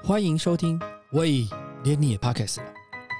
欢迎收听，喂，连你也 Podcast 了。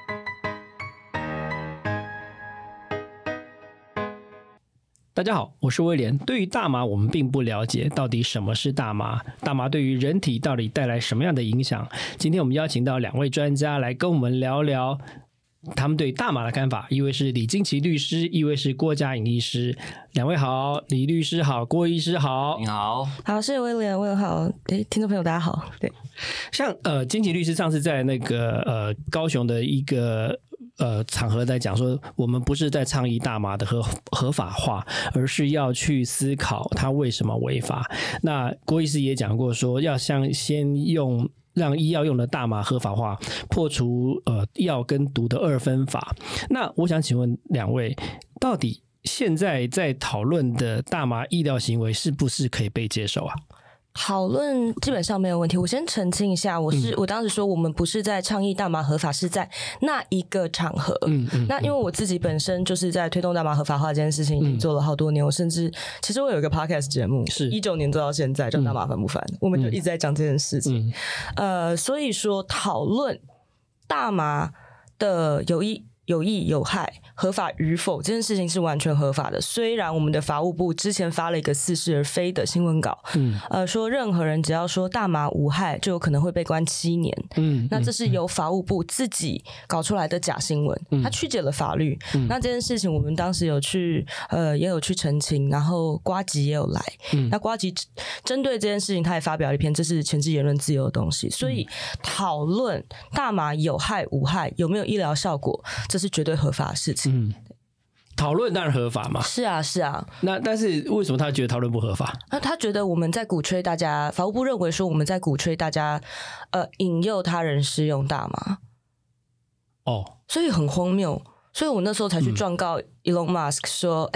大家好，我是威廉。对于大麻，我们并不了解到底什么是大麻，大麻对于人体到底带来什么样的影响？今天我们邀请到两位专家来跟我们聊聊他们对大麻的看法，一位是李菁琪律师，一位是郭佳颖医师。两位好，李律师好，郭医师好。 你好。 好，是威廉，威廉好。听众朋友大家好。对， 像菁琪律师上次在那个高雄的一个场合在讲说，我们不是在倡议大麻的合法化，而是要去思考它为什么违法。那郭医师也讲过说，要先用让医药用的大麻合法化，破除药跟毒的二分法。那我想请问两位，到底现在在讨论的大麻医疗行为是不是可以被接受啊？ 讨论基本上没有问题。我先澄清一下，我当时说我们不是在倡议大麻合法，是在那一个场合。那因为我自己本身就是在推动大麻合法化这件事情已经做了好多年，我甚至其实我有一个 podcast 节目，是19年做到现在，叫大麻烦不烦，我们就一直在讲这件事情。所以说讨论大麻的有益有害合法与否这件事情是完全合法的。虽然我们的法务部之前发了一个似是而非的新闻稿，说任何人只要说大麻无害就有可能会被关7年。那这是由法务部自己搞出来的假新闻，他曲解了法律。那这件事情我们当时也有去澄清，然后呱吉也有来。那呱吉针对这件事情他也发表了一篇，这是前置言论自由的东西。所以讨论大麻有害无害，有没有医疗效果，这是绝对合法的事情。 讨论当然合法嘛。 是啊。 那但是为什么他觉得讨论不合法？ 他觉得我们在鼓吹大家，法务部认为说我们在鼓吹大家引诱他人施用大麻。所以很荒谬。所以我那时候才去状告 Elon Musk 说，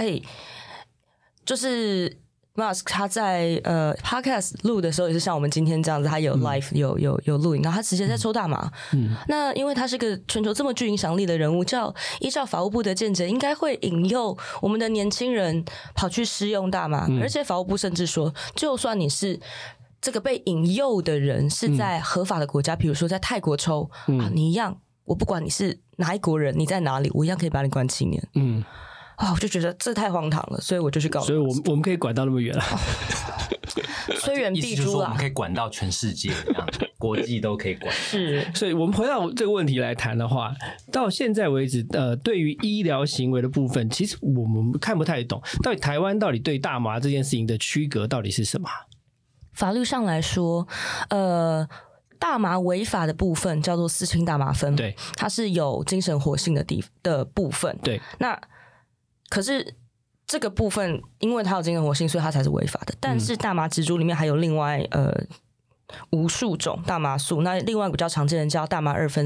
就是Musk 他在podcast 录的时候也是像我们今天这样子，他有 live 有录影，然后他直接在抽大麻。那因为他是个全球这么具影响力的人物，依照法务部的见解，应该会引诱我们的年轻人跑去施用大麻。而且法务部甚至说，就算你是这个被引诱的人是在合法的国家，比如说在泰国抽你一样，我不管你是哪一国人，你在哪里，我一样可以把你关7年。我就觉得这太荒唐了，所以我就去告。 所以我们可以管到那么远了。 虽远必诛我们可以管到全世界这样，国际都可以管。 是， 所以我们回到这个问题来谈的话，到现在为止，对于医疗行为的部分，其实我们看不太懂，到底台湾到底对大麻这件事情的区隔到底是什么？ 法律上来说，大麻违法的部分叫做4氢大麻酚，对，它是有精神活性的部分，对。那可是这个部分，因为它有精神活性，所以它才是违法的。但是大麻植株里面还有另外无数种大麻素，那另外比较常见的叫大麻2酚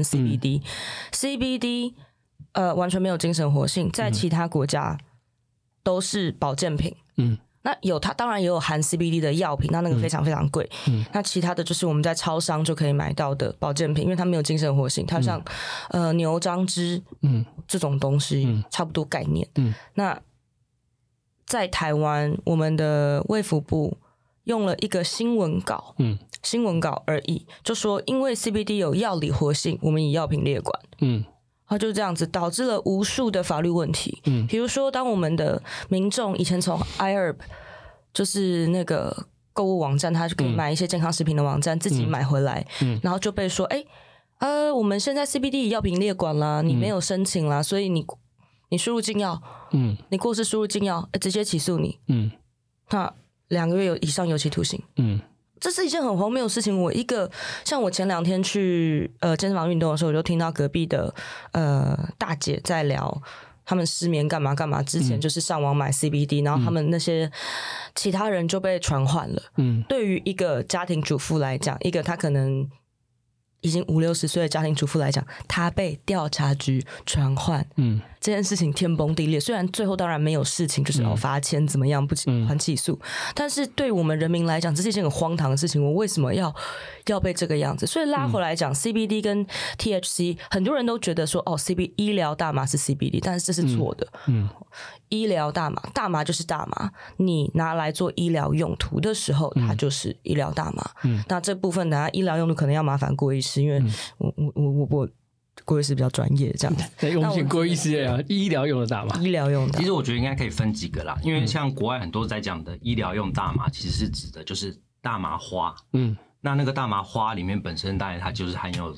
CBD。CBD 完全没有精神活性，在其他国家都是保健品。那它当然也有含 CBD 的药品，那个非常非常贵。那其他的就是我们在超商就可以买到的保健品，因为它没有精神活性，它像牛樟芝这种东西差不多概念。那在台湾，我们的卫福部用了一个新闻稿而已，就说因为 CBD 有药理活性，我们以药品列管。它就这样子导致了无数的法律问题。比如说当我们的民众以前从 iHerb 就是那个购物网站，他就可以买一些健康食品的网站，自己买回来，然后就被说我们现在 CBD 以药品列管啦，你没有申请啦，所以你输入禁药，你过失输入禁药，直接起诉你，那2个月以上有期徒刑。这是一件很荒谬的事情。像我前2天去健身房运动的时候，我就听到隔壁的大姐在聊他们失眠干嘛干嘛，之前就是上网买 CBD，然后他们那些其他人就被传唤了。对于一个家庭主妇来讲，一个她可能已经50-60岁的家庭主妇来讲，她被调查局传唤，这件事情天崩地裂。虽然最后当然没有事情，就是罚钱怎么样，不还起诉，但是对我们人民来讲，这是一件很荒唐的事情。我为什么要被这个样子？所以拉回来讲，CBD 跟 THC， 很多人都觉得说，医疗大麻是 CBD， 但是这是错的。医疗大麻就是大麻，你拿来做医疗用途的时候，它就是医疗大麻。那这部分等下医疗用途可能要麻烦郭医师，因为我郭医师比较专业这样子。 对，我们请郭医师聊医疗用的大麻。 医疗用的， 其实我觉得应该可以分几个啦，因为像国外很多在讲的医疗用大麻，其实是指的就是大麻花。那个大麻花里面本身当然它就是含有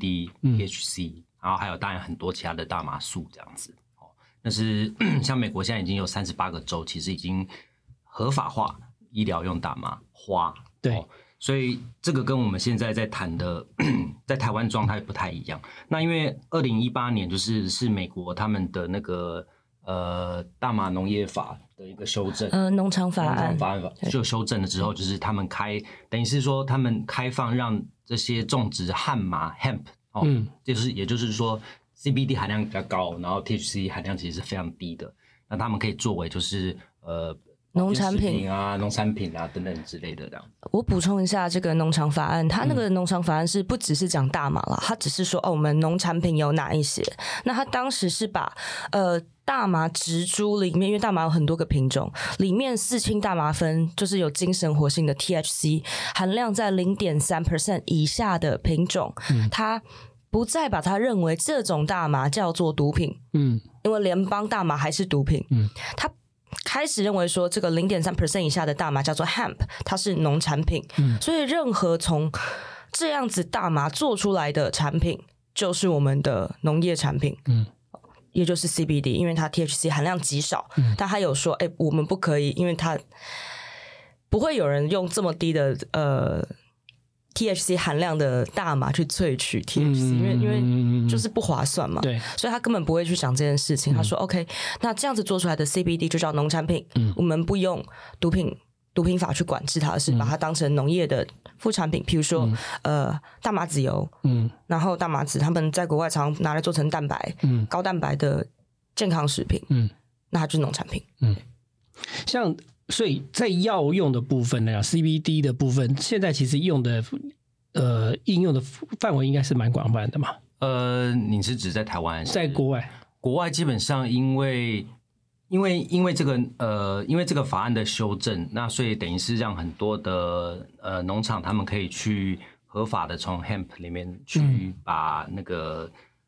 CBD、THC，然后还有当然很多其他的大麻素这样子。但是像美国现在已经有38个州，其实已经合法化医疗用大麻花。 对， 所以这个跟我们现在在谈的在台湾状态不太一样。那因为2018年是美国他们的那个大麻农业法的一个修正， 农场法案就修正了之后，就是他们等于是说他们开放让这些种植旱麻 hemp， 也就是说 CBD 含量比较高，然后 THC 含量其实是非常低的，那他们可以作为就是农产品啊、农产品啊等等之类的这样。 我补充一下，这个农场法案，它那个农场法案是不只是讲大麻啦，它只是说我们农产品有哪一些。那它当时是把大麻植株里面，因为大麻有很多个品种，里面4氢大麻酚就是有精神活性的 THC 含量在 0.3% 以下的品种，它不再把它认为这种大麻叫做毒品，因为联邦大麻还是毒品，它开始认为说这个 0.3% 以下的大麻叫做 hemp， 它是农产品，所以任何从这样子大麻做出来的产品就是我们的农业产品，也就是 CBD， 因为它 THC 含量极少，但他有说我们不可以，因为它不会有人用这么低的THC 含量的大麻去萃取 THC，因为就是不划算嘛， 对， 所以他根本不会去想这件事情。他说 OK， 那这样子做出来的 CBD 就叫农产品，我们不用毒品法去管制它，而是把它当成农业的副产品，譬如说大麻籽油，然后大麻籽他们在国外常拿来做成蛋白，高蛋白的健康食品，那它就是农产品。 像所以在药用的部分呢 ，CBD 的部分，现在其实用的应用的范围应该是蛮广泛的嘛。 你是指在台湾还是在国外？ 国外基本上因为这个法案的修正，那所以等于是让很多的农场他们可以去合法的从 hemp 里面去把那个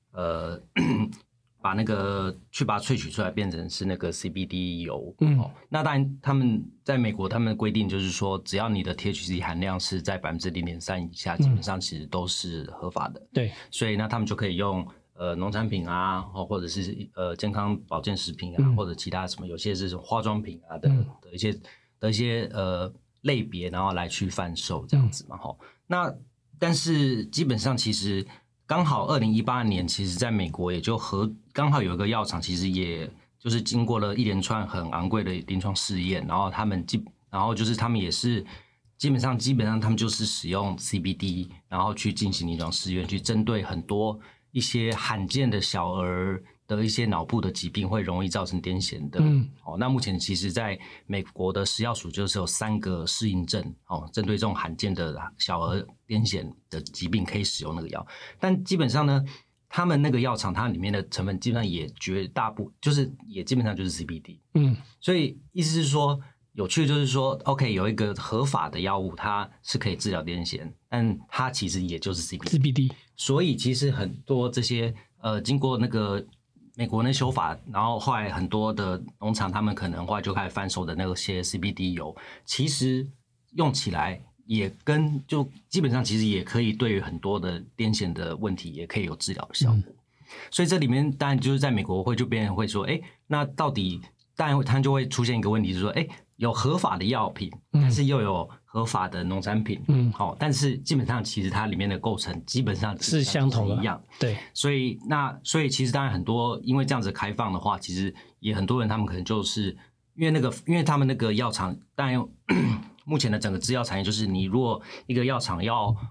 去把它萃取出来变成是那个 CBD 油。那当然他们在美国他们的规定就是说，只要你的 THC 含量是在 0.3% 以下，基本上其实都是合法的。对，所以那他们就可以用农产品啊，或者是健康保健食品啊，或者其他什么有些是化妆品啊的一些类别，然后来去贩售这样子嘛。那但是基本上其实刚好2018年，其实在美国也就刚好有一个药厂，其实也就是经过了一连串很昂贵的临床试验，然后他们也是基本上他们就是使用 CBD， 然后去进行临床试验，去针对很多一些罕见的小儿的一些脑部的疾病会容易造成癫痫的。那目前其实在美国的食药署就是有3个适应症，针对这种罕见的小儿癫痫的疾病可以使用那个药。但基本上呢，他们那个药厂它里面的成分基本上也绝大部就是也基本上就是 CBD。所以意思是说，有趣的就是说 OK 有一个合法的药物它是可以治疗癫痫，但它其实也就是 CBD。所以其实很多这些经过那个美国那修法，然后后来很多的农场他们可能后来就开始贩售的那些 CBD 油，其实用起来也就基本上其实也可以对于很多的癫痫的问题也可以有治疗的效果。所以这里面当然就是在美国别人会说，那到底当然它就会出现一个问题，就是说，有合法的药品，但是又有合法的农产品，但是基本上其实它里面的构成基本上是相同的， 一样。 对， 所以其实当然很多因为这样子开放的话，其实也很多人他们可能就是因为他们那个药厂，当然目前的整个制药产业就是你如果一个药厂要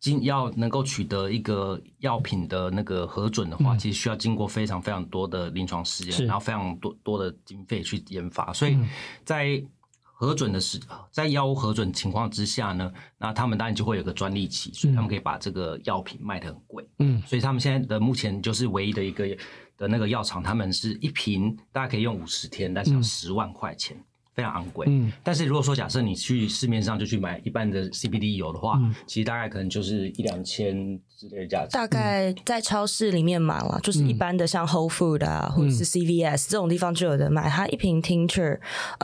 要能够取得一个药品的那个核准的话，其实需要经过非常非常多的临床试验，然后非常多的经费去研发，所以在在药物核准情况之下呢，那他们当然就会有个专利期，所以他们可以把这个药品卖得很贵。所以他们现在的目前就是唯一的一个的那个药厂，他们是一瓶大概可以用50天，但是要10万块钱。非常昂贵，但是如果说假设你去市面上就去买一般的 CBD 油的话，其实大概可能就是1-2千之类的价值。 大概在超市里面买了，就是一般的像 Whole Food 啊，或者是 CVS 这种地方就有的买。它一瓶 tincture，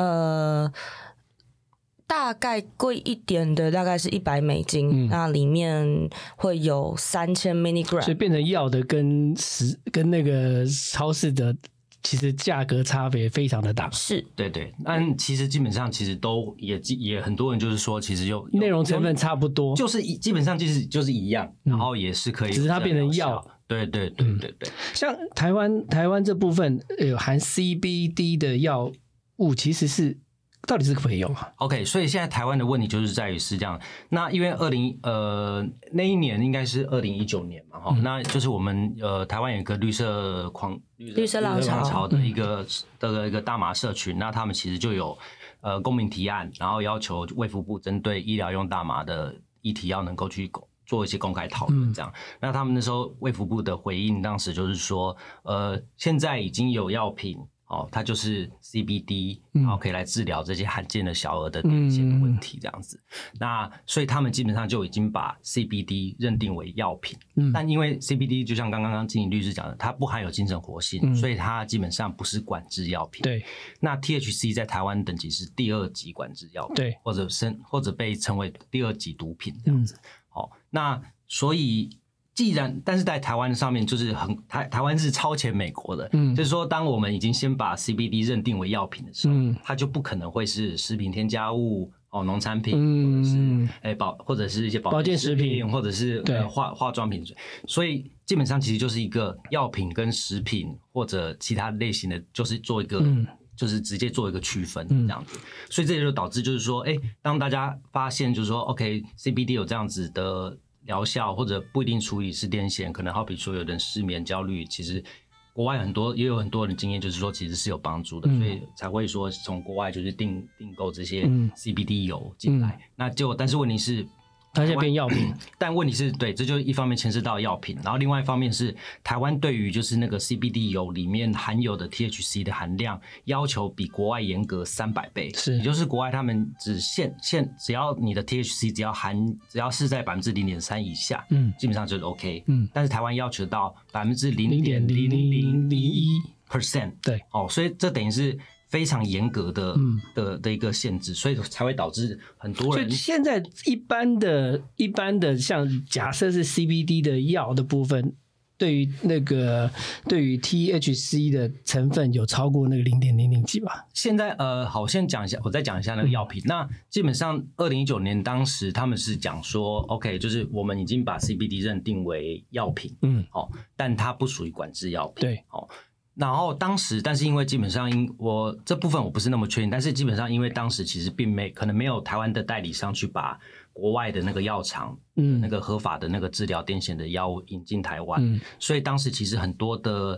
大概贵一点的大概是$100，那里面会有3000 milligram， 所以变成药的跟那个超市的。其实价格差别非常的大， 是对，但其实基本上其实都也很多人就是说，其实内容成分差不多， 就是基本上就是一样，然后也是可以， 只是它变成药。 对。 像台湾这部分有含 CBD 的药物，其实是到底是可不可以用啊 ？OK， 所以现在台湾的问题就是在于是这样，那因为那一年应该是2019年嘛，那就是我们台湾有一个绿色浪潮的一个大麻社群，那他们其实就有公民提案，然后要求卫福部针对医疗用大麻的议题要能够去做一些公开讨论，这样。那他们那时候卫福部的回应当时就是说，现在已经有药品。它就是 CBD， 然后可以来治疗这些罕见的小儿的癫痫的问题，这样子。那所以他们基本上就已经把 CBD 认定为药品，但因为 CBD 就像刚刚经理律师讲的，它不含有精神活性，所以它基本上不是管制药品。对。那 THC 在台湾等级是第2级管制药品，对，或者被称为第2级毒品这样子。那所以。但是在台湾上面就是台湾是超前美国的，就是说当我们已经先把 CBD 认定为药品的时候，它就不可能会是食品添加物、农产品，或者是一些保健食品，或者是化妆品，所以基本上其实就是一个药品跟食品或者其他类型的，就是做一个。就是直接做一个区分这样子，所以这就导致就是说，当大家发现就是说 ，OK， CBD 有这样子的疗效，或者不一定处理是癫痫，可能好比说有人失眠、焦虑，其实国外也有很多人经验，就是说其实是有帮助的，所以才会说从国外就是订购这些 CBD 油进来。但是问题是。 它现在变药品， 但问题是对，这就一方面牵涉到药品，然后另外一方面是台湾对于就是那个 CBD 油里面含有的 THC 的含量要求比国外严格300倍，也就是国外他们只要你的 THC 只要是在0.3%以下，基本上就是 OK，但是台湾要求到0.0001%， 对， 所以这等于是。非常严格的一个限制，所以才会导致很多人。 所以现在一般的像假设是 CBD 的药的部分，对于 THC 的成分有超过那个0.00几吧？ 现在好，我再讲一下那个药品。那基本上2019年当时他们是讲说 ，OK， 就是我们已经把 CBD 认定为药品，但它不属于管制药品， 对， 然后但是因为基本上这部分我不是那么确定，但是基本上因为当时其实可能没有台湾的代理商去把国外的那个药厂那个合法的那个治疗癫痫的药物引进台湾，所以当时其实很多的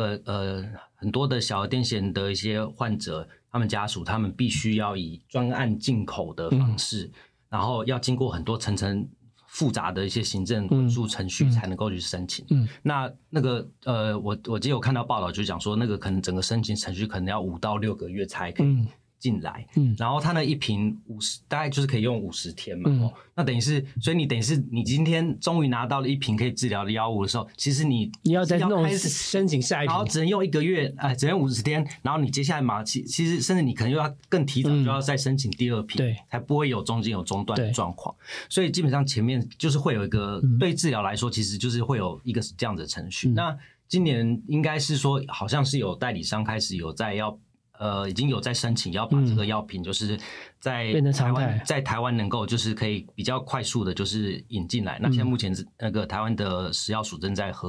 小儿癫痫的一些患者，他们家属他们必须要以专案进口的方式，然后要经过很多层复杂的一些行政文书程序才能够去申请。那个我记得我看到报道就讲说，那个可能整个申请程序可能要5到6个月才可以进来，然后它那一瓶大概就是可以用50天嘛，那等于是，所以你等于是你今天终于拿到了一瓶可以治疗的药物的时候，其实你要再弄申请下一瓶， 然后只能用1个月，只能50天，然后你接下来其实甚至你可能又要更提早就要再申请第2瓶， 对， 才不会有中间有中断的状况。所以基本上前面就是会有一个对治疗来说，其实就是会有一个这样子的程序。那今年应该是说，好像是有代理商开始有已经有在申请要把这个药品就是在台湾能够就是可以比较快速的就是引进来。那现在目前那个台湾的食药署正在合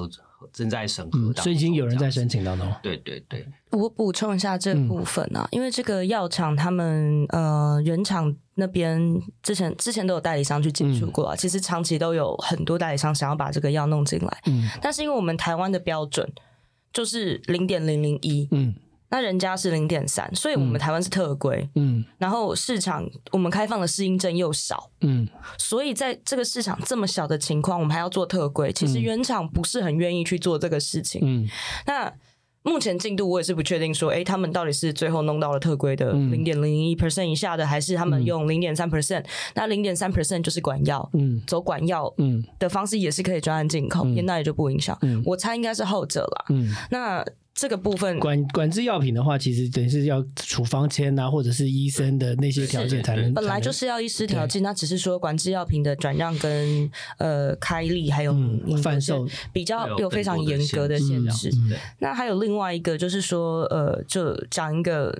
正在审核当中， 所以已经有人在申请当中。 对对对， 我补充一下这部分啊，因为这个药厂他们原厂那边之前都有代理商去接触过啊，其实长期都有很多代理商想要把这个药弄进来，但是因为我们台湾的标准就是0.001，那人家是0.3，所以我们台湾是特规，然后市场我们开放的适应症又少，所以在这个市场这么小的情况，我们还要做特规，其实原厂不是很愿意去做这个事情，那目前进度我也是不确定说，他们到底是最后弄到了特规的0.01% 以下的，还是他们用0.3%，那0.3% 就是管药，走管药的方式也是可以专案进口，那也就不影响，我猜应该是后者啦，那这个部分管制药品的话，其实等于是要处方签啊，或者是医生的那些条件才能。 本来就是要医师条件，那只是说管制药品的转让跟开立还有贩售比较有非常严格的限制。那还有另外一个就是说，就讲一个。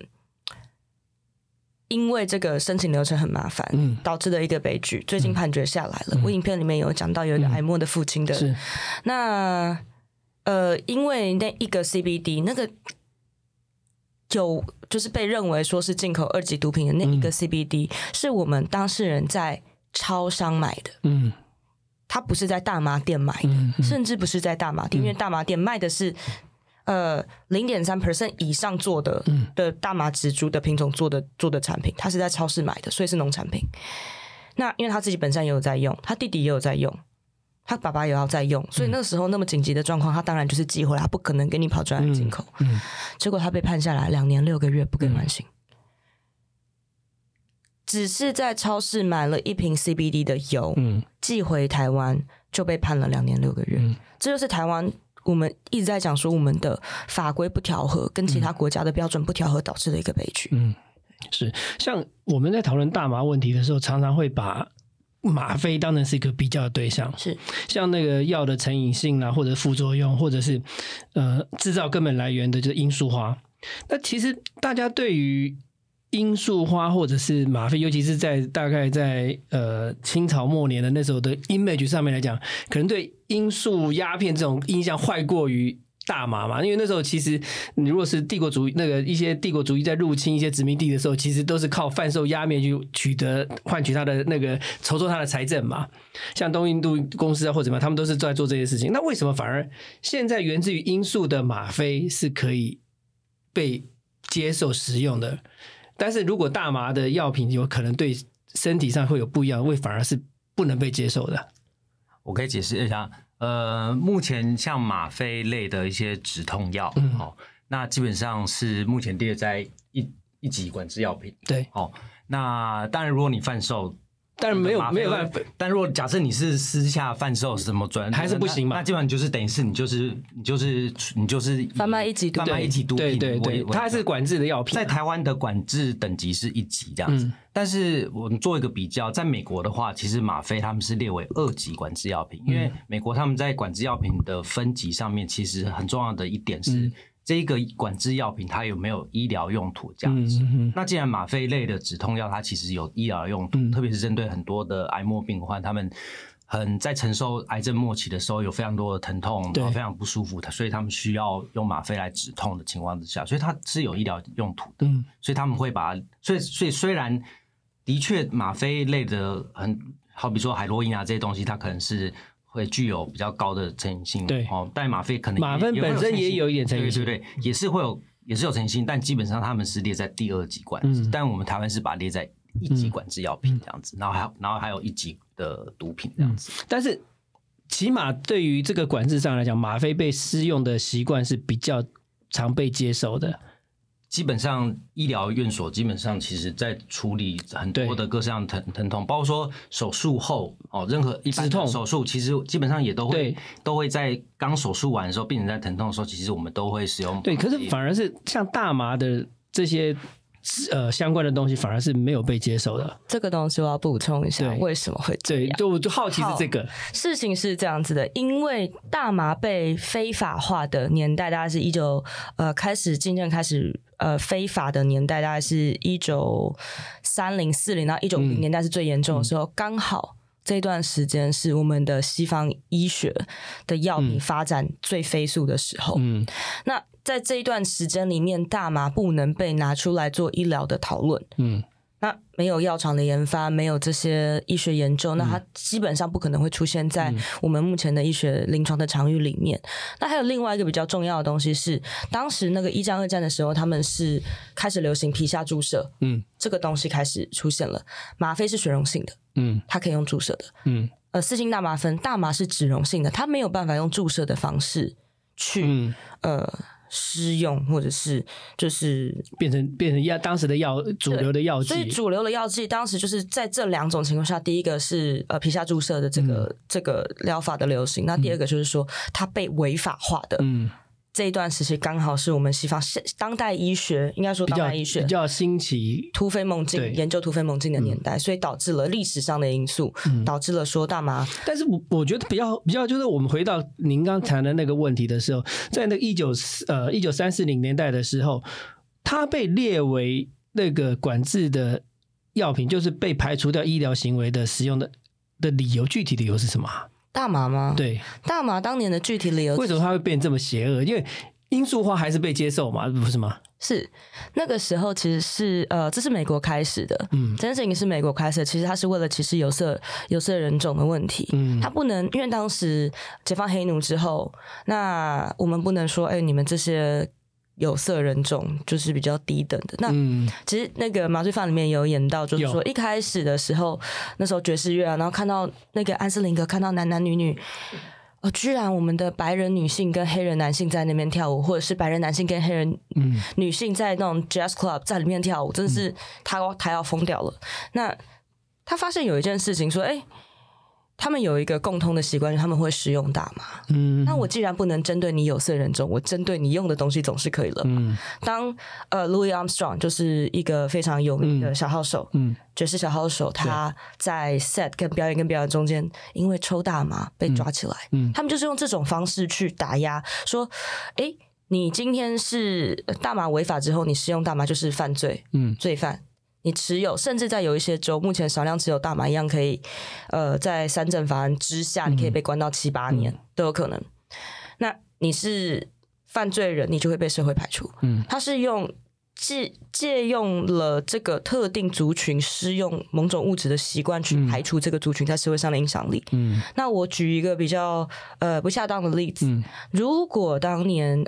因为这个申请流程很麻烦，导致的一个悲剧，最近判决下来了。我影片里面有讲到有一个癌末的父亲的，那因为那一个 CBD 那个有就是被认为说是进口2级毒品的那一个 CBD，是我们当事人在超商买的，他不是在大麻店买的，甚至不是在大麻店，因为大麻店卖的是。0.3% 以上做的大麻植株的品种做的产品，他是在超市买的，所以是农产品。那因为他自己本身也有在用，他弟弟也有在用，他爸爸也要在用，所以那个时候那么紧急的状况，他当然就是寄回来，他不可能给你跑专案进口。结果他被判下来2年6个月不给缓刑，只是在超市买了1瓶 CBD 的油，寄回台湾就被判了2年6个月。这就是台湾。我们一直在讲说我们的法规不调和，跟其他国家的标准不调和导致的一个悲剧。 是像我们在讨论大麻问题的时候，常常会把吗啡当成是一个比较的对象， 是像那个药的成瘾性啊，或者副作用，或者是制造根本来源的就是罂粟花。那其实大家对于罂粟花或者是吗啡，尤其是大概在清朝末年的那时候的 image 上面来讲，可能对罂粟鸦片这种印象坏过于大麻嘛，因为那时候其实你如果是帝国主义一些帝国主义在入侵一些殖民地的时候，其实都是靠贩售鸦片去换取他的那个筹措他的财政嘛，像东印度公司啊或者怎么样，他们都是在做这些事情。那为什么反而现在源自于罂粟的吗啡是可以被接受使用的？但是如果大麻的药品有可能对身体上会有不一样的味，反而是不能被接受的。 我可以解释一下，目前像吗啡类的一些止痛药，那基本上是目前列在一级管制药品。 对， 那当然如果你贩售。 但是没有办法。 但如果假设你是私下贩售什么转， 还是不行嘛？ 那基本上就是等于是你就是贩卖1级毒品， 对，它是管制的药品。 在台湾的管制等级是1级这样子，但是我们做一个比较，在美国的话，其实吗啡他们是列为2级管制药品，因为美国他们在管制药品的分级上面，其实很重要的一点是。这个管制药品它有没有医疗用途这样子？那既然吗啡类的止痛药它其实有医疗用途，特别是针对很多的癌末病患，他们在承受癌症末期的时候有非常多的疼痛，然后非常不舒服，所以他们需要用吗啡来止痛的情况之下，所以它是有医疗用途的，所以他们会把所以虽然的确吗啡类的好比说海洛因啊这些东西，它可能是。会具有比较高的成瘾性， 对， 但吗啡可能吗啡本身也有一点成瘾性， 对，也是有成瘾性，但基本上他们是列在第2级管制，但我们台湾是把它列在1级管制药品这样子，然后还有1级的毒品这样子， 但是起码对于这个管制上来讲，吗啡被施用的习惯是比较常被接受的。 基本上医疗院所基本上其实在处理很多的各式样疼痛，包括说手术后任何一般的手术，其实基本上也都会在刚手术完的时候，病人在疼痛的时候，其实我们都会使用。 对，可是反而是像大麻的这些相关的东西，反而是没有被接受的。 这个东西我要补充一下，为什么会这样？ 对，我就好奇是这个事情是这样子的，因为大麻被非法化的年代，大概是开始真正开始。非法的年代大概是1930、40到190年代是最严重的时候，刚好这段时间是我们的西方医学的药品发展最飞速的时候。那在这一段时间里面，大麻不能被拿出来做医疗的讨论。那没有药厂的研发，没有这些医学研究，那它基本上不可能会出现在我们目前的医学临床的场域里面。那还有另外一个比较重要的东西是，当时那个1战2战的时候，他们是开始流行皮下注射，这个东西开始出现了。吗啡是水溶性的，它可以用注射的，4氢大麻酚，大麻是脂溶性的，它没有办法用注射的方式去施用，或者是就是变成当时的主流的药剂。 所以主流的药剂当时就是在这2种情况下，第一个是皮下注射的这个疗法的流行，那第二个就是说它被违法化的。这一段时期刚好是我们西方当代医学，应该说当代医学比较兴起、 突飞猛进、研究突飞猛进的年代，所以导致了历史上的因素，导致了说大麻。 但是我觉得比较就是我们回到您刚谈的那个问题的时候，在那个1930年代的时候，它被列为那个管制的药品，就是被排除掉医疗行为的使用的理由，具体理由是什么？ 大麻吗？ 对， 大麻当年的具体理由， 为什么它会变这么邪恶？因为罂粟花还是被接受嘛，不是吗？ 是那个时候其实是这是美国开始的，这件事情是美国开始的，其实它是为了歧视有色人种的问题，它不能因为当时解放黑奴之后，那我们不能说你们这些有色人种就是比较低等的。那其实那个麻醉坊里面有演到，就是说一开始的时候，那时候爵士乐然后看到那个安斯林格，看到男女居然我们的白人女性跟黑人男性在那边跳舞，或者是白人男性跟黑人女性在那种 jazz club 在里面跳舞，真的是他要疯掉了。那他发现有一件事情说，他们有一个共通的习惯，他们会使用大麻。那我既然不能针对你有色人种，我针对你用的东西总是可以了嘛。当Louis Armstrong 就是一个非常有名的小号手，爵士小号手，他在 set 跟表演中间，因为抽大麻被抓起来，他们就是用这种方式去打压，说，你今天是大麻违法之后，你使用大麻就是犯罪，罪犯。你持有，甚至在有一些州，目前少量持有大麻一样可以，在三证法案之下，你可以被关到7、8年都有可能。那你是犯罪人，你就会被社会排除。他是借用了这个特定族群施用某种物质的习惯去排除这个族群在社会上的影响力。那我举一个比较不恰当的例子，如果当年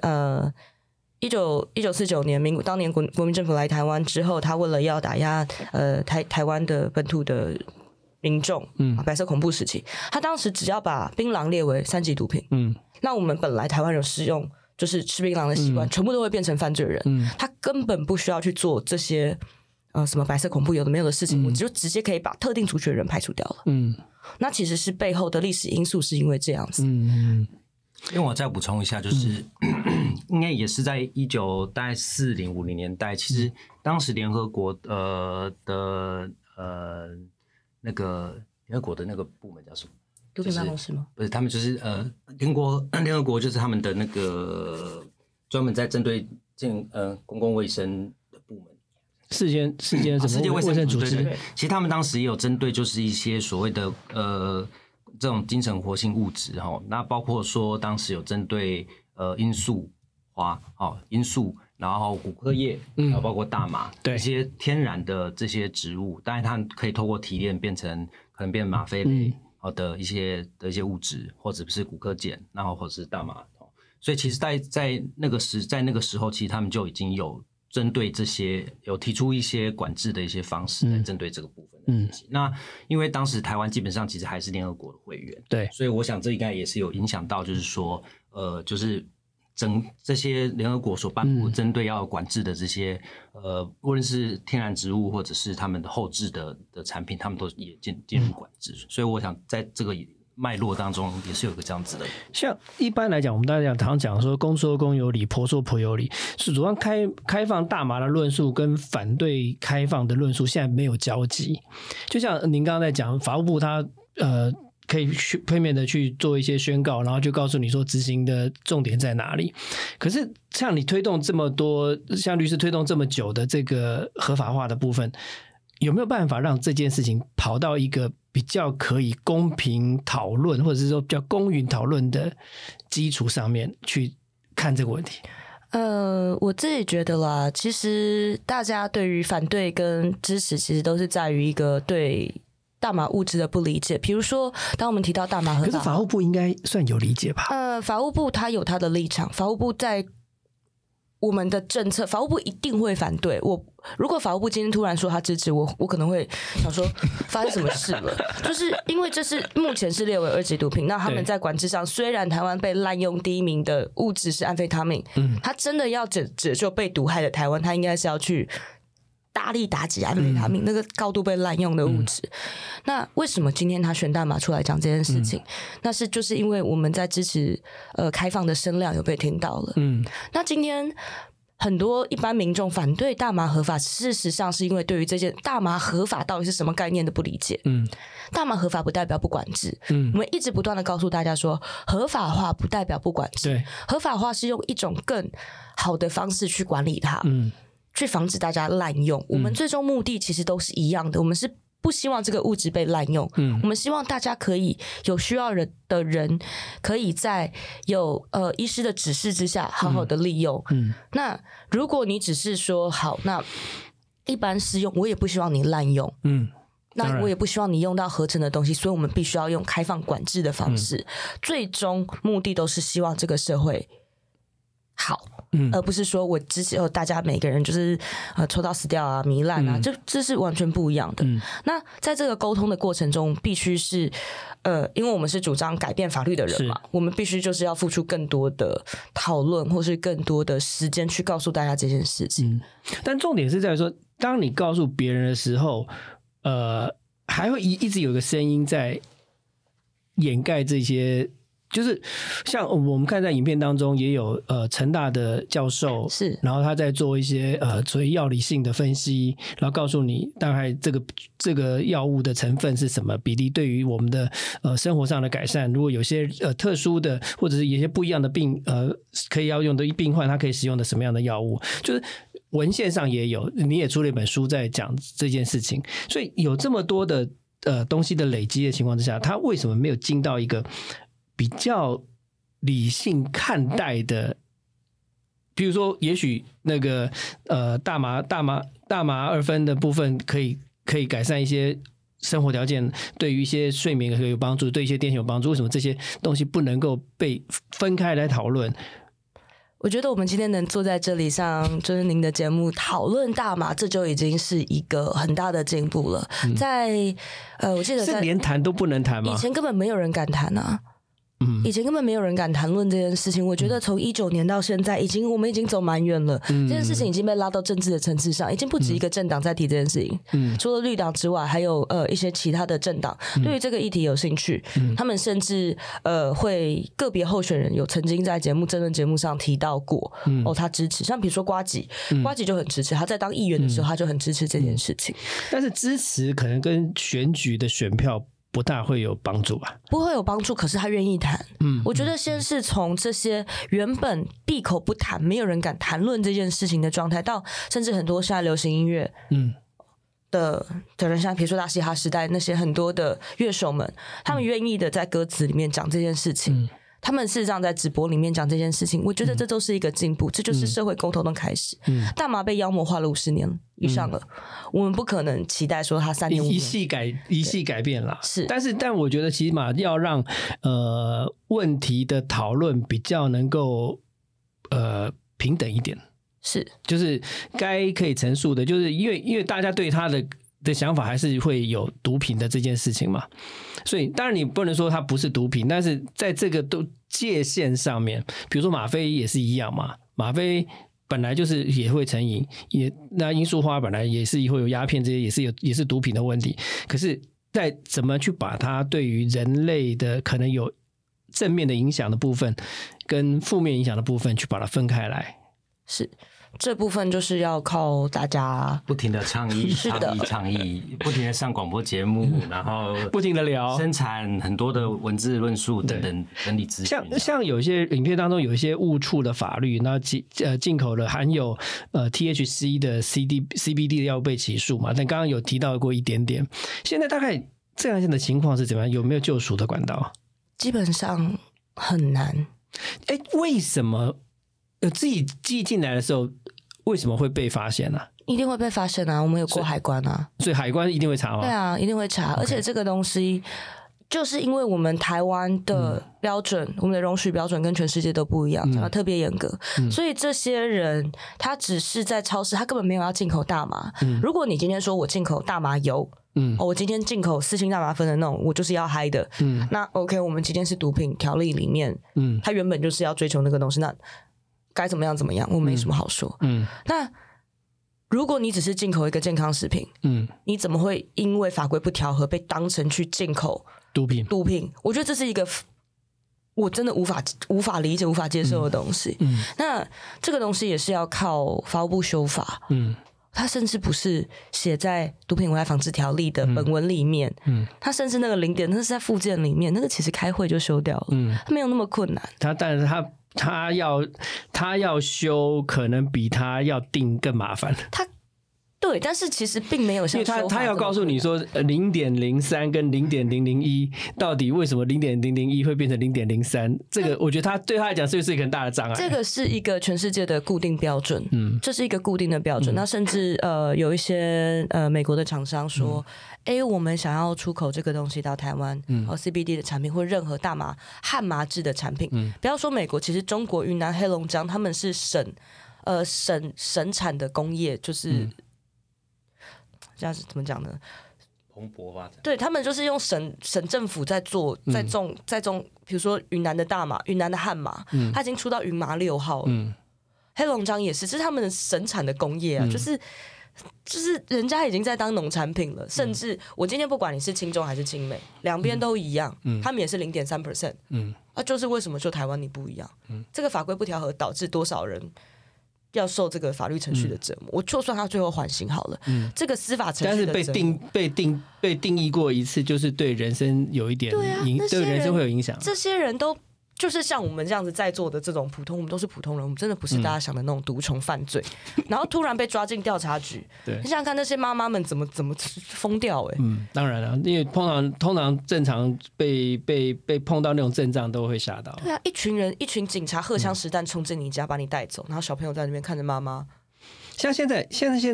1949年，当年国民政府来台湾之后，他为了要打压台湾的本土的民众，白色恐怖时期，他当时只要把槟榔列为3级毒品，那我们本来台湾人使用就是吃槟榔的习惯，全部都会变成犯罪人。他根本不需要去做这些什么白色恐怖有的没有的事情，我就直接可以把特定族群的人排除掉了。那其实是背后的历史因素是因为这样子。 因为我再补充一下，就是应该也是在大概40、50年代，其实当时联合国那个联合国的那个部门叫什么？ 毒品办公室吗？ 不是，他们就是联合国就是他们的那个专门在针对公共卫生的部门。 世界卫生组织， 对，其实他们当时也有针对，就是一些所谓的这种精神活性物质哈，那包括说当时有针对罂粟花、罂粟，然后古柯叶，然后包括大麻，一些天然的这些植物，当然它可以透过提炼可能变吗啡类的一些物质，或者是古柯碱，然后或者是大麻。所以其实在那个时候，其实他们就已经有针对这些有提出一些管制的一些方式来针对这个部分。那因为当时台湾基本上其实还是联合国的会员， 对， 所以我想这应该也是有影响到，就是说就是这些联合国所颁布针对要管制的这些无论是天然植物或者是他们的后制的产品，他们都也进入管制。所以我想在这个脉络当中也是有个这样子的。 像一般来讲，我们大家常讲说公说公有理，婆说婆有理，是主张开放大麻的论述跟反对开放的论述现在没有交集。就像您刚刚在讲，法务部他可以片面的去做一些宣告，然后就告诉你说执行的重点在哪里。可是像你推动这么多，像律师推动这么久的这个合法化的部分，有没有办法让这件事情跑到一个比较可以公平讨论，或者是说比较公允讨论的基础上面去看这个问题？ 我自己觉得啦，其实大家对于反对跟支持，其实都是在于一个对大麻物质的不理解。比如说，当我们提到大麻合法， 可是法务部应该算有理解吧？ 法务部他有他的立场，法务部在我们的政策，法务部一定会反对。如果法务部今天突然说他支持我可能会想说发生什么事了，就是因为这是目前是列为2级毒品，那他们在管制上，虽然台湾被滥用第1名的物质是安非他命，他真的要拯救被毒害的台湾，他应该是要去大力打击安非他命那个高度被滥用的物质。那为什么今天他选大麻出来讲这件事情？那就是因为我们在支持开放的声量有被听到了。那今天很多一般民众反对大麻合法，事实上是因为对于这件大麻合法到底是什么概念的不理解。大麻合法不代表不管制。我们一直不断的告诉大家说，合法化不代表不管制。 对， 合法化是用一种更好的方式去管理它。去防止大家滥用。我们最终目的其实都是一样的，我们是不希望这个物质被滥用。我们希望大家可以有需要的人可以在有医师的指示之下好好的利用。那如果你只是说好，那一般适用，我也不希望你滥用。那我也不希望你用到合成的东西，所以我们必须要用开放管制的方式。最终目的都是希望这个社会好。而不是说我支持大家每个人就是抽到死掉啊、糜烂啊，这是完全不一样的。那在这个沟通的过程中，必须是因为我们是主张改变法律的人嘛，我们必须就是要付出更多的讨论，或是更多的时间去告诉大家这件事情。 但重点是在于说，当你告诉别人的时候，还会一直有一个声音在掩盖这些。就是像我们看在影片当中也有成大的教授， 是， 然后他在做一些所谓药理性的分析，然后告诉你大概这个药物的成分是什么比例，对于我们的生活上的改善，如果有些特殊的或者是有些不一样的病可以要用的病患，他可以使用的什么样的药物，就是文献上也有，你也出了一本书在讲这件事情，所以有这么多的东西的累积的情况之下，他为什么没有进到一个比较理性看待的，比如说，也许那个大麻2酚的部分可以改善一些生活条件，对于一些睡眠有帮助，对一些癫痫有帮助。为什么这些东西不能够被分开来讨论？ 我觉得我们今天能坐在这里上就是您的节目讨论大麻，这就已经是一个很大的进步了。在我记得是连谈都不能谈吗？ 以前根本没有人敢谈啊。以前根本没有人敢谈论这件事情。我觉得从19年到现在，我们已经走蛮远了。这件事情已经被拉到政治的层次上，已经不止一个政党在提这件事情。除了绿党之外，还有一些其他的政党对于这个议题有兴趣。他们甚至会个别候选人有曾经在政论节目上提到过，他支持。像比如说呱吉就很支持，他在当议员的时候他就很支持这件事情。 但是支持可能跟选举的选票不大会有帮助吧？ 不会有帮助，可是他愿意谈。我觉得先是从这些原本闭口不谈、没有人敢谈论这件事情的状态，到甚至很多现在流行音乐的人，像比如说大嘻哈时代那些很多的乐手们，他们愿意的在歌词里面讲这件事情。他们事实上在直播里面讲这件事情，我觉得这都是一个进步，这就是社会沟通的开始。大麻被妖魔化了50年以上了，我们不可能期待说它3年5年一系改变了。 是， 但我觉得起码要让问题的讨论比较能够平等一点。 是， 就是该可以陈述的，就是因为大家对他的想法还是会有毒品的这件事情嘛，所以当然你不能说它不是毒品，但是在这个界限上面，比如说吗啡也是一样嘛，吗啡本来就是也会成瘾，那罂粟花本来也是会有鸦片，这些也是毒品的问题，可是在怎么去把它对于人类的可能有正面的影响的部分跟负面影响的部分去把它分开来。 是，这部分就是要靠大家不停的倡议，不停的上广播节目，然后不停的聊， 生产很多的文字论述等等整理资讯。 像有些影片当中有一些误触的法律，那进口了含有THC 的 CBD 的药物被起诉嘛，但刚刚有提到过一点点。现在大概这样的情况是怎么样？有没有救赎的管道？ 基本上很难。 为什么自己寄进来的时候，为什么会被发现呢？ 一定会被发现啊！我们有过海关啊， 所以海关一定会查吗？ 对啊，一定会查。而且这个东西，就是因为我们台湾的标准，我们的容许标准跟全世界都不一样，特别严格，所以这些人他只是在超市，他根本没有要进口大麻。如果你今天说我进口大麻油，我今天进口4氢大麻酚的那种，我就是要嗨的。那 OK， 我们今天是毒品条例里面，他原本就是要追求那个东西，那该怎么样怎么样，我没什么好说。那如果你只是进口一个健康食品，你怎么会因为法规不调和被当成去进口毒品？我觉得这是一个我真的无法理解、无法接受的东西。那这个东西也是要靠法务部修法。它甚至不是写在毒品危害防治条例的本文里面，它甚至那个0点那是在附件里面，那个其实开会就修掉了，它没有那么困难。 但是他要修，可能比他要定更麻烦。 对，但是其实并没有像因为他要告诉你说0.03跟0.001到底为什么0.001会变成0.03，这个我觉得他对他来讲是一个很大的障碍。 这个是一个全世界的固定标准，这是一个固定的标准。那甚至有一些美国的厂商说，我们想要出口这个东西到台湾，CBD 的产品或任何大麻汉麻制的产品，不要说美国，其实中国云南黑龙江他们是省产的工业，就是这样是怎么讲呢？ 蓬勃发展。 对，他们就是用省政府在做，在种，比如说云南的大麻、云南的汉麻，它已经出到云麻6号了。黑龙江也是，这是他们的省产的工业啊，就是人家已经在当农产品了。甚至我今天不管你是轻中还是轻美，两边都一样，他们也是0.3%。就是为什么就台湾你不一样？这个法规不调和导致多少人要受这个法律程序的折磨？我就算他最后缓刑好了，这个司法程序的折磨， 但是被定义过一次，就是对人生有一点对人生会有影响。 这些人都就是像我们这样子在座的这种普通，我们都是普通人，我们真的不是大家想的那种毒虫犯罪，然后突然被抓进调查局，你想想看那些妈妈们怎么疯掉当然了，因为通常正常被碰到那种阵仗都会吓到。 对啊，一群警察荷枪实弹冲进你家把你带走，然后小朋友在那边看着妈妈。 像现在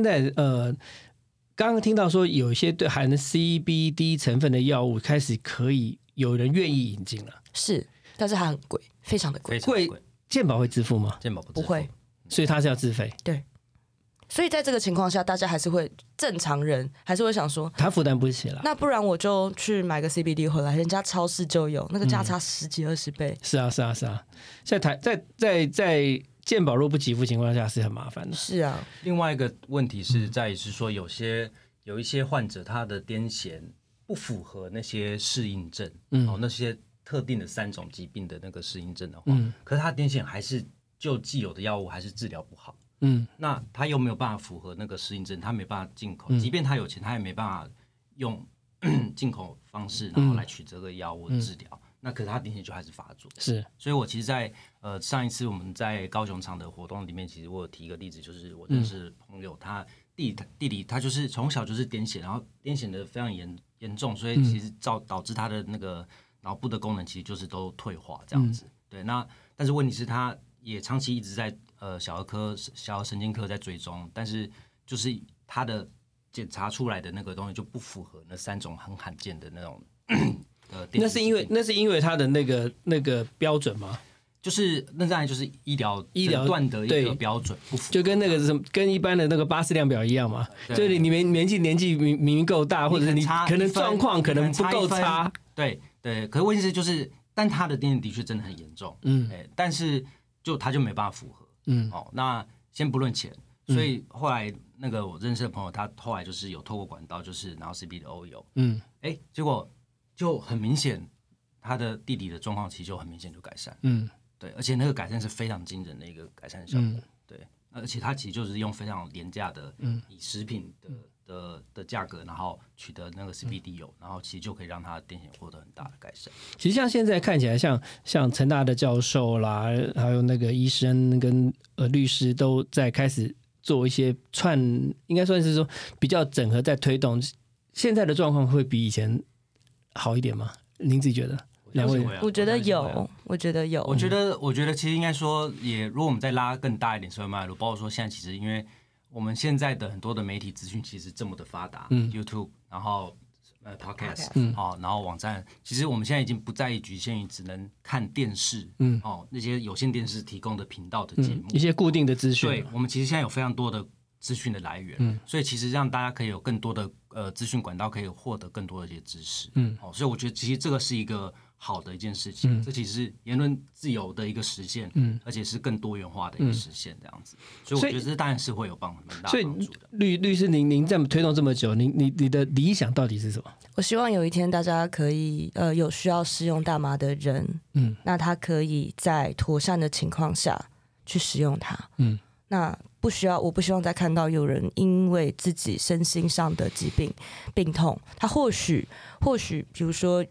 刚刚听到说有一些含 CBD 成分的药物开始可以有人愿意引进了， 是。但是它很贵，非常的贵。 健保会支付吗？ 健保不会， 所以它是要自费。 对，所以在这个情况下，大家还是会正常人还是会想说， 他负担不起了。 那不然我就去买个 CBD 回来，人家超市就有，那个价差10几20倍。 是啊。在健保若不给付情况下是很麻烦的。 是啊。 另外一个问题是在于是说有一些患者他的癫痫不符合那些适应症，那些特定的3种疾病的那个适应症的话，可是他癫痫还是就既有的药物还是治疗不好，那他又没有办法符合那个适应症，他没办法进口，即便他有钱，他也没办法用进口方式然后来取这个药物的治疗，那可是他癫痫就还是发作。 是， 所以我其实在上一次我们在高雄场的活动里面，其实我有提一个例子，就是我认识朋友，他弟弟他就是从小就是癫痫，然后癫痫的非常严重，所以其实导致他的那个脑部的功能其实就是都退化这样子。对，那但是问题是他也长期一直在小儿神经科在追踪，但是就是他的检查出来的那个东西就不符合那3种很罕见的那种那是因为他的那个标准吗？ 就是那当然就是医疗诊断的一个标准不符， 就跟那个什么跟一般的那个巴氏量表一样嘛，就是你年纪明明够大，或者是你可能状况可能不够差， 对，可是问题是就是，但他的癫痫的确真的很严重，但是他就没办法符合，那先不论钱，所以后来那个我认识的朋友，他后来就是有透过管道，就是然后 CBD 的欧油，结果就很明显，他的弟弟的状况其实就很明显就改善，对，而且那个改善是非常惊人的一个改善效果，对，而且他其实就是用非常廉价的，以食品的价格，然后取得那个 CBD 油，然后其实就可以让他的癫痫获得很大的改善。 其实像现在看起来像成大的教授啦，还有那个医生跟律师都在开始做一些应该算是说比较整合在推动。现在的状况会比以前好一点吗？您自己觉得？两位， 我觉得有，我觉得有。 我觉得其实应该说，如果我们再拉更大一点社会脉络，包括说现在其实因为我们现在的很多的媒体资讯其实这么的发达，YouTube， 然后podcast，然后网站，其实我们现在已经不再局限于只能看电视，那些有线电视提供的频道的节目， 一些固定的资讯。 对，我们其实现在有非常多的资讯的来源，所以其实让大家可以有更多的资讯管道，可以获得更多的一些知识，所以我觉得其实这个是一个好的一件事情，这其实是言论自由的一个实现，而且是更多元化的一个实现，这样子，所以我觉得这当然是会有蛮大帮助的。 律师，您这么推动这么久，你的理想到底是什么？ 我希望有一天大家可以有需要使用大麻的人，那他可以在妥善的情况下去使用它，那我不希望再看到有人因为自己身心上的疾病病痛，他或许比如说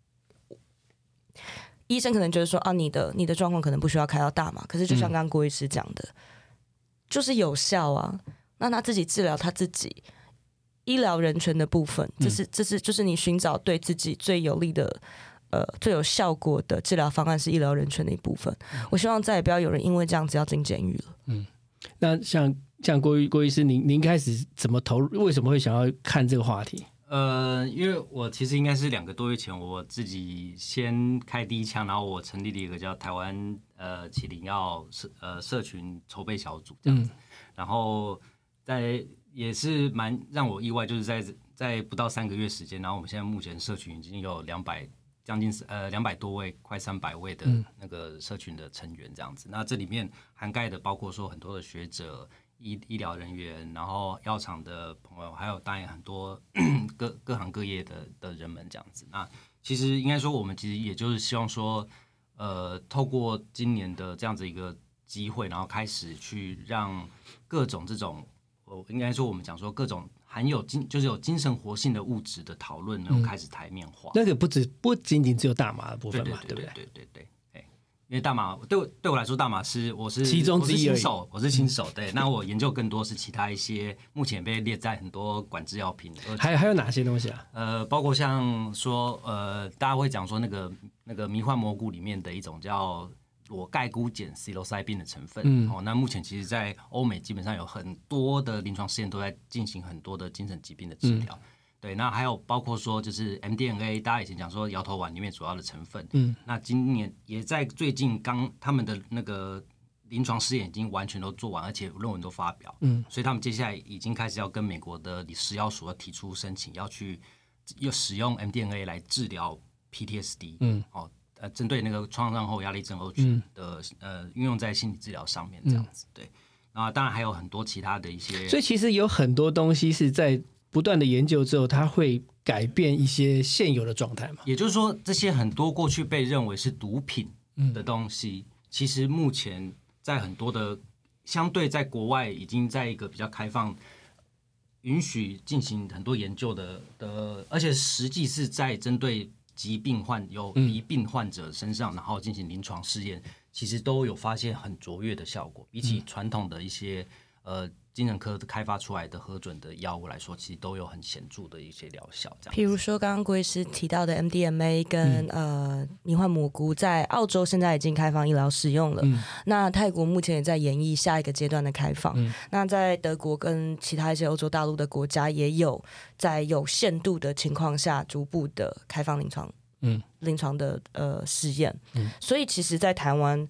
医生可能觉得说啊，你的状况可能不需要开到大麻，可是就像刚刚郭医师讲的，就是有效啊，那他自己治疗他自己，医疗人权的部分，就是你寻找对自己最有利的最有效果的治疗方案是医疗人权的一部分。我希望再也不要有人因为这样子要进监狱了。 那像郭医师，您开始怎么投入？为什么会想要看这个话题？ 因为我其实应该是2个多月前，我自己先开第一枪，然后我成立了一个叫台湾起灵药社群筹备小组这样子，然后也是蛮让我意外，就是在不到3个月时间，然后我们现在目前社群已经有将近200多位，快300位的那个社群的成员这样子。那这里面涵盖的包括说很多的学者、医疗人员，然后药厂的朋友，还有当然很多各行各业的人们这样子。那其实应该说，我们其实也就是希望说，透过今年的这样子一个机会，然后开始去让各种这种，应该说我们讲说各种含有就是有精神活性的物质的讨论，能够开始台面化。 那个不仅仅只有大麻的部分嘛，对不对？ 对。因为大麻对我来说，大麻我是其中之一而已。 我是新手，对。那我研究更多是其他一些目前被列在很多管制药品。 还有哪些东西啊？ 包括像说大家会讲说那个迷幻蘑菇里面的一种叫裸盖菇碱 psilocybin 的成分。那目前其实在欧美基本上有很多的临床试验都在进行很多的精神疾病的治疗。对，那还有包括说就是 MDMA， 大家以前讲说摇头丸里面主要的成分，那今年也在最近他们的那个临床试验已经完全都做完，而且论文都发表，所以他们接下来已经开始要跟美国的食药署提出申请，要使用 MDMA 来治疗 PTSD，针对那个创伤后压力症候群的运用在心理治疗上面这样子，对，那当然还有很多其他的一些， 所以其实有很多东西是在不断的研究之后，它会改变一些现有的状态嘛？ 也就是说，这些很多过去被认为是毒品的东西，其实目前在很多的相对在国外已经在一个比较开放、允许进行很多研究的，而且实际是在针对疾病有疑病患者身上，然后进行临床试验，其实都有发现很卓越的效果，比起传统的一些精神科开发出来的核准的药物来说，其实都有很显著的一些疗效。这样， 譬如说刚刚郭医师提到的 MDMA 跟迷幻蘑菇，在澳洲现在已经开放医疗使用了。那泰国目前也在研议下一个阶段的开放。那在德国跟其他一些欧洲大陆的国家，也有在有限度的情况下，逐步的开放临床的试验。所以其实，在台湾，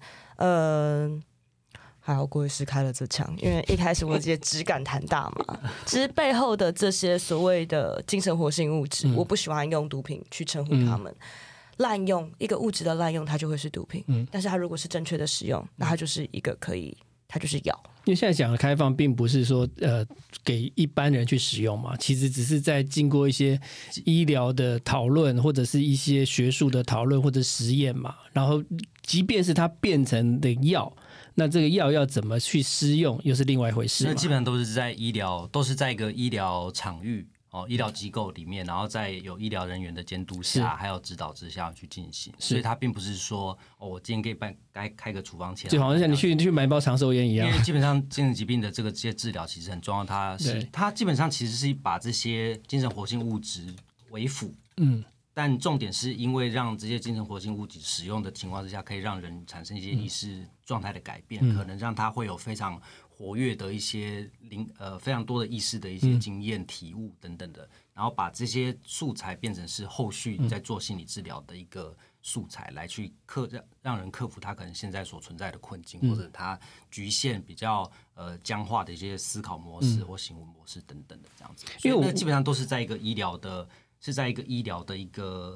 还好郭医师开了这枪，因为一开始我只敢谈大麻，其实背后的这些所谓的精神活性物质，我不喜欢用毒品去称呼他们。滥用一个物质的滥用，它就会是毒品。但是它如果是正确的使用，那它就是一个它就是药。 因为现在讲的开放，并不是说给一般人去使用嘛，其实只是在经过一些医疗的讨论，或者是一些学术的讨论或者实验嘛。然后，即便是它变成的药，那这个药要怎么去施用，又是另外一回事嘛。 那基本上都是在一个医疗场域。医疗机构里面，然后在有医疗人员的监督下，还有指导之下去进行，所以它并不是说我今天该开个处方签， 就好像像你去买包长寿烟一样。 因为基本上精神疾病的这些治疗其实很重要，它基本上其实是把这些精神活性物质为辅， 但重点是因为让这些精神活性物质使用的情况之下，可以让人产生一些意识状态的改变，可能让他会有非常活跃的一些非常多的意识的一些经验、体悟等等的，然后把这些素材变成是后续在做心理治疗的一个素材，来去让人克服他可能现在所存在的困境，或者他局限比较僵化的一些思考模式或行为模式等等的这样子。所以那基本上都是在一个医疗的。是在一个医疗的一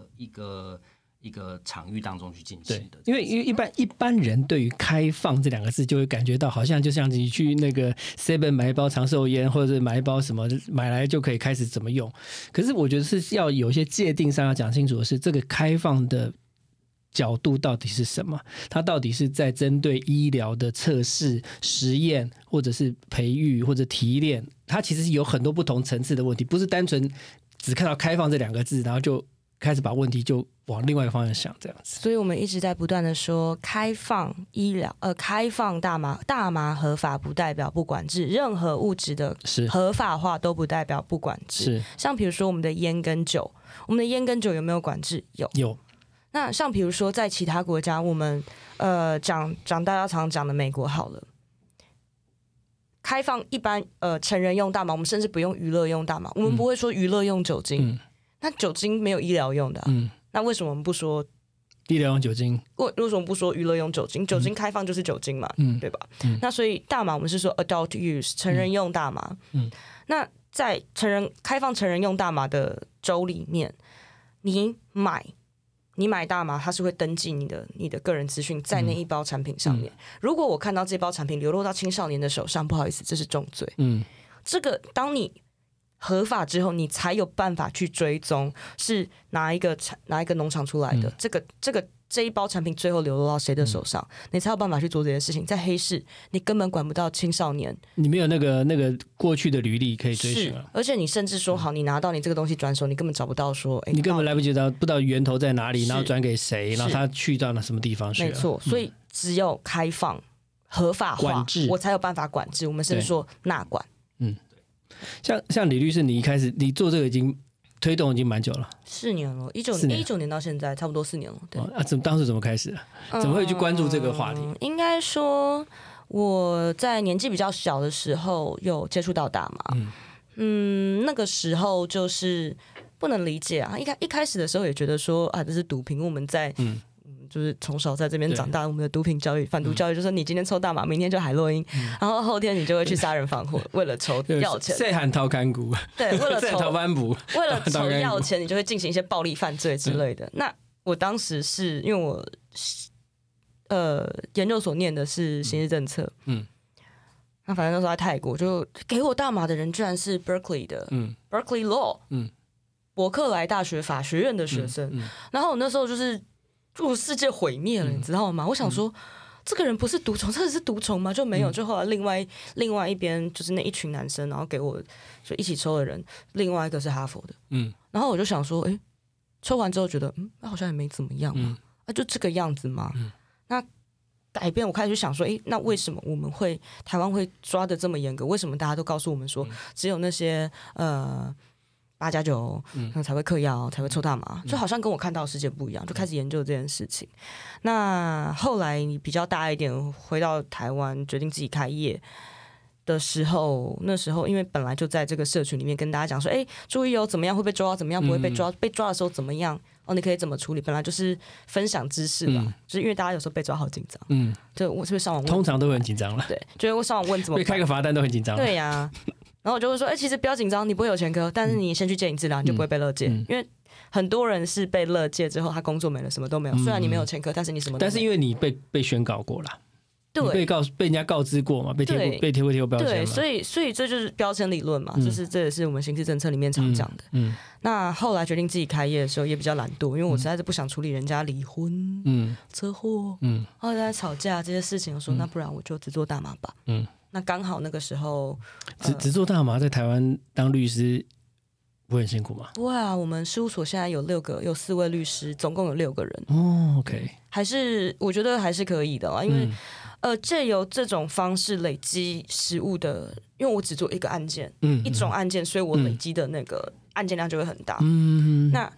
个场域当中去进行的。 因为一般人对于开放这两个字就会感觉到好像就像你去那个 7 买一包长寿烟或者买一包什么买来就可以开始怎么用，可是我觉得是要有一些界定上要讲清楚的是这个开放的角度到底是什么，它到底是在针对医疗的测试实验或者是培育或者提炼，它其实有很多不同层次的问题，不是单纯只看到开放这两个字然后就开始把问题就往另外一个方向想这样子。 所以我们一直在不断的说开放医疗开放大麻合法不代表不管制，任何物质的合法化都不代表不管制。像比如说我们的烟跟酒，我们的烟跟酒有没有管制？有。那像比如说在其他国家，我们讲大家常讲的美国好了，开放一般成人用大麻，我们甚至不用娱乐用大麻，我们不会说娱乐用酒精，那酒精没有医疗用的那为什么我们不说医疗用酒精？ 为什么不说娱乐用酒精？酒精开放就是酒精嘛，对吧？那所以大麻我们是说 adult use 成人用大麻，那在开放成人用大麻的州里面，你买大麻，它是会登记你的个人资讯在那一包产品上面。如果我看到这包产品流落到青少年的手上，不好意思，这是重罪。这个当你合法之后，你才有办法去追踪是哪一个农场出来的，这一包产品最后流落到谁的手上，你才有办法去做这些事情。在黑市，你根本管不到青少年， 你没有那个过去的履历可以追寻而且你甚至说好，你拿到你这个东西转手，你根本找不到说， 你根本来不及不知道源头在哪里，然后转给谁，然后他去到了什么地方去。 没错，所以只有开放合法化管制， 我才有办法管制。我们甚至说纳管。 像李律师，你一开始你做这个已经推动已经蛮久了 ，4年了，19年到现在差不多4年了。对当时怎么开始的？怎么会去关注这个话题？ 应该说我在年纪比较小的时候有接触到大麻，那个时候就是不能理解啊，一开始的时候也觉得说这是毒品，我们在就是从小在这边长大，我们的毒品教育、反毒教育，就是你今天抽大麻，明天就海洛因，然后后天你就会去杀人放火，为了筹要钱。 谁喊掏干股？ 对，为了掏班补， 为了筹要钱，你就会进行一些暴力犯罪之类的。那我当时是因为我研究所念的是刑事政策，那反正那时候在泰国，就给我大麻的人居然是 Berkeley 的，Berkeley Law，伯克莱大学法学院的学生。然后我那时候就是世界毁灭了，你知道吗？我想说，这个人不是毒虫，真的是毒虫吗？就没有，就后来另外一边就是那一群男生，然后给我就一起抽的人，另外一个是哈佛的，然后我就想说，抽完之后觉得，好像也没怎么样嘛，就这个样子嘛。那改变，我开始就想说，那为什么台湾会抓得这么严格？为什么大家都告诉我们说，只有那些8+9才会嗑药，才会抽大麻，就好像跟我看到的世界不一样，就开始研究这件事情。那后来你比较大一点，回到台湾，决定自己开业的时候，那时候因为本来就在这个社群里面跟大家讲说，注意怎么样会被抓，怎么样不会被抓，被抓的时候怎么样，你可以怎么处理。本来就是分享知识吧，就是因为大家有时候被抓好紧张，就我是不是上网问， 通常都会很紧张了， 对，就是我上网问怎么被开个罚单都很紧张， 对呀。然后我就会说，其实不要紧张，你不会有前科，但是你先去戒瘾治疗，你就不会被勒戒。因为很多人是被勒戒之后，他工作没了，什么都没有。虽然你没有前科，但是你什么都没有。 但是因为你被宣告过了， 对， 被人家告知过嘛，被贴过标签嘛。 对，所以这就是标签理论嘛，就是这也是我们刑事政策里面常讲的。那后来决定自己开业的时候，也比较懒惰，因为我实在是不想处理人家离婚、车祸、然后在吵架这些事情，我说那不然我就只做大麻吧。那刚好那个时候， 只做大麻，在台湾当律师不会很辛苦吗？ 不会啊，我们事务所现在有4位律师，总共有6个人。 OK， 我觉得还是可以的啊，因为借由这种方式累积实务的，因为我只做一个案件，一种案件，所以我累积的那个案件量就会很大。那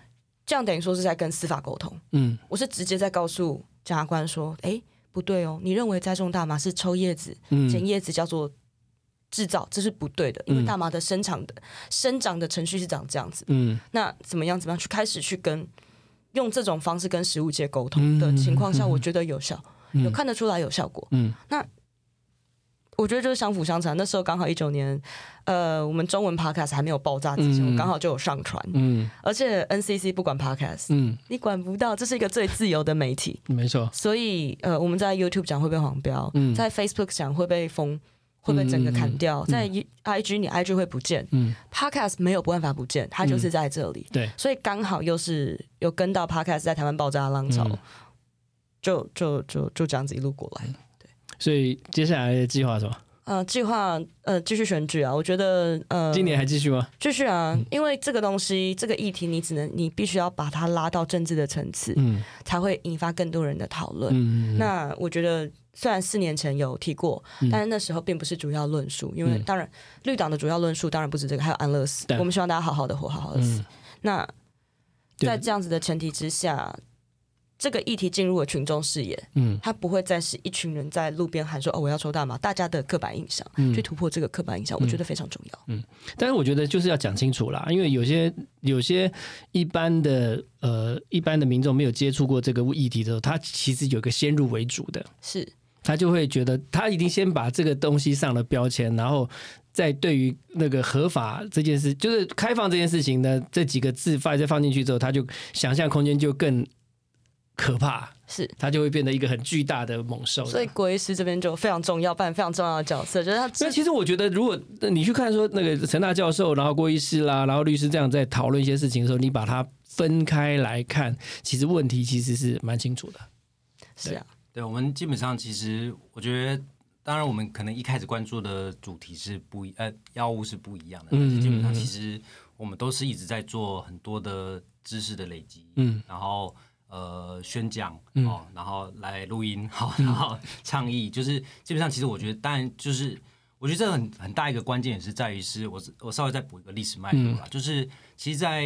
这样等于说是在跟司法沟通。我是直接在告诉检察官说，不对哦，你认为栽种大麻是抽叶子、捡叶子叫做制造，这是不对的，因为大麻的生长的程序是长这样子。那怎么样去开始去用这种方式跟实务界沟通的情况下，我觉得有效，有看得出来有效果。那我觉得就是相辅相成。那时候刚好19年，我们中文 podcast 还没有爆炸之前，我刚好就有上传。而且 NCC 不管 podcast，你管不到，这是一个最自由的媒体， 没错。 所以我们在 YouTube 讲会被黄标，在 Facebook 讲会被封。会被整个砍掉，在 IG 你 IG 会不见，Podcast 没有办法不见，它就是在这里。 对， 所以刚好又是有跟到 Podcast 在台湾爆炸的浪潮，就这样子一路过来。对， 所以接下来的计划是什么？ 计划继续选举啊，我觉得今年还继续吗？ 继续啊，因为这个东西这个议题你必须要把它拉到政治的层次，才会引发更多人的讨论。那我觉得虽然4年前有提过，但是那时候并不是主要论述，因为当然绿党的主要论述当然不是这个，还有安乐死，我们希望大家好好的活，好好的死。那在这样子的前提之下，这个议题进入了群众视野，它不会再是一群人在路边喊说我要抽大麻，大家的刻板印象，去突破这个刻板印象，我觉得非常重要。 但是我觉得就是要讲清楚啦，因为有些一般的民众没有接触过这个议题的时候，他其实有一个先入为主的， 是他就会觉得他一定先把这个东西上了标签，然后在对于那个合法这件事，就是开放这件事情呢，这几个字再放进去之后，他就想象空间就更可怕， 是它就会变得一个很巨大的猛兽。 所以国医师这边就非常重要，扮演非常重要的角色。就是他， 其实我觉得，如果你去看说那个陈大教授，然后郭医师啦，然后律师这样在讨论一些事情的时候，你把它分开来看，其实问题其实是蛮清楚的。 是啊， 对，我们基本上其实我觉得，当然我们可能一开始关注的主题是药物是不一样的，但是基本上其实我们都是一直在做很多的知识的累积，然后。宣讲然后来录音然后倡议，就是基本上其实我觉得，当然就是我觉得这很大一个关键也是在于是我稍微再补一个历史脉络啦，就是其实在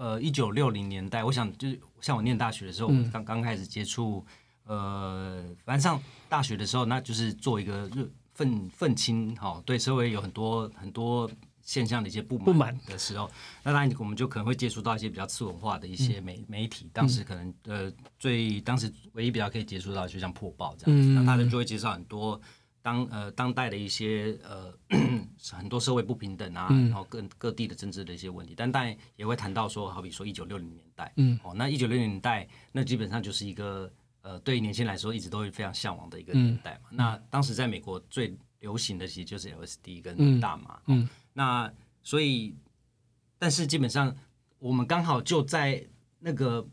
1960年代，我想就是像我念大学的时候，我刚开始接触反正上大学的时候，那就是做一个愤青对社会有很多现象的一些不满的时候，那当然我们就可能会接触到一些比较次文化的一些媒体，当时可能当时唯一比较可以接触到就像破报这样子，那他就会介绍很多当代的一些很多社会不平等啊，然后各地的政治的一些问题，但当然也会谈到说，好比说1960年代，那1960年代那基本上就是一个对于年轻人来说一直都会非常向往的一个年代嘛。那当时在美国最流行的其实就是 LSD 跟大麻，那所以，但是基本上我们刚好就在那个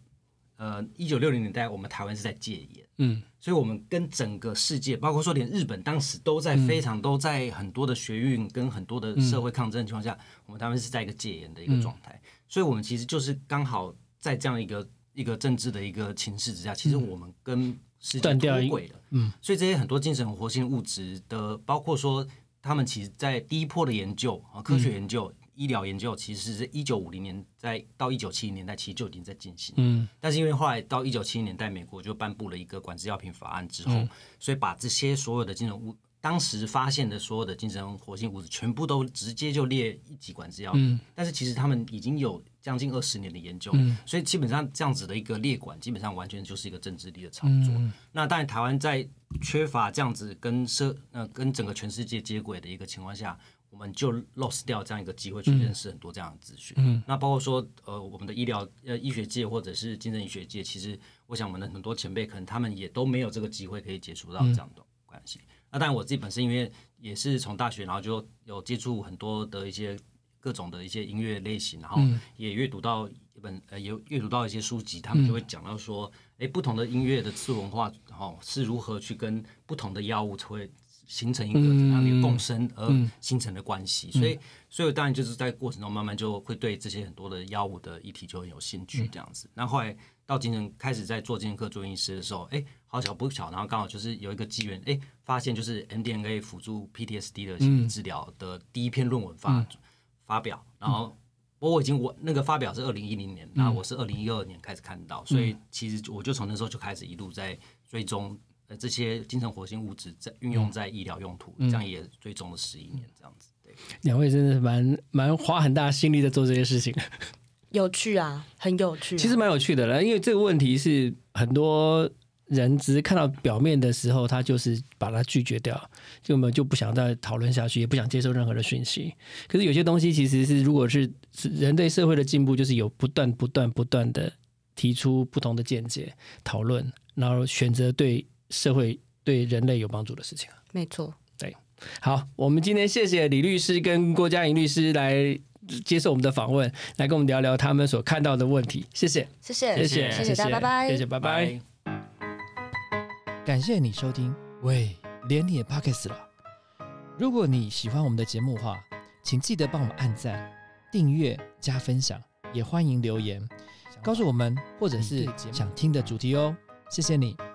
1960年代，我们台湾是在戒严，所以我们跟整个世界，包括说连日本当时都在很多的学运跟很多的社会抗争的情况下，我们台湾是在一个戒严的一个状态，所以我们其实就是刚好在这样一个政治的一个情势之下，其实我们跟世界脱轨了，所以这些很多精神活性物质的，包括说。他们其实，在第一波的研究科学研究、医疗研究，其实是1950年代到1970年代，其实就已经在进行。但是因为后来到1970年代，美国就颁布了一个管制药品法案之后，所以把这些所有的精神当时发现的所有的精神活性物质，全部都直接就列一级管制药品。但是其实他们已经有将近20年的研究，所以基本上这样子的一个列管，基本上完全就是一个政治力的操作。那当然，台湾在缺乏这样子跟整个全世界接轨的一个情况下，我们就 lost 掉这样一个机会去认识很多这样的资讯。那包括说我们的医学界或者是精神医学界，其实我想我们的很多前辈可能他们也都没有这个机会可以接触到这样的关系。那当然我自己本身因为也是从大学，然后就有接触很多的一些各种的一些音乐类型，然后也阅读到一些书籍，他们就会讲到说，不同的音乐的次文化是如何去跟不同的药物会形成一个怎样的一个共生而形成的关系，所以当然就是在过程中慢慢就会对这些很多的药物的议题就很有兴趣这样子。那后来到开始在做精神科住院医师的时候，好巧不巧，然后刚好就是有一个机缘，发现就是 MDMA 辅助 PTSD 的心理治疗的第一篇论文发表，然后我已经那个发表是2010年，然后我是2012年开始看到，所以其实我就从那时候就开始一路在追踪这些精神活性物质在运用在医疗用途，这样也追踪了11年这样子。对， 两位真的是蛮花很大心力在做这些事情。 有趣啊，很有趣其实蛮有趣的啦，因为这个问题是很多人只是看到表面的时候，他就是把它拒绝掉，就不想再讨论下去，也不想接受任何的讯息。可是有些东西其实是，如果是人类社会的进步，就是有不断的提出不同的见解、讨论，然后选择对社会、对人类有帮助的事情。 没错， 对。好，我们今天谢谢李律师跟郭嘉莹律师来接受我们的访问，来跟我们聊聊他们所看到的问题。谢谢大家，拜拜， 谢谢，拜拜。 感谢你收听，喂，连你也 Podcast 了。如果你喜欢我们的节目的话，请记得帮我们按赞、订阅、加分享，也欢迎留言告诉我们或者是想听的主题哦。谢谢你。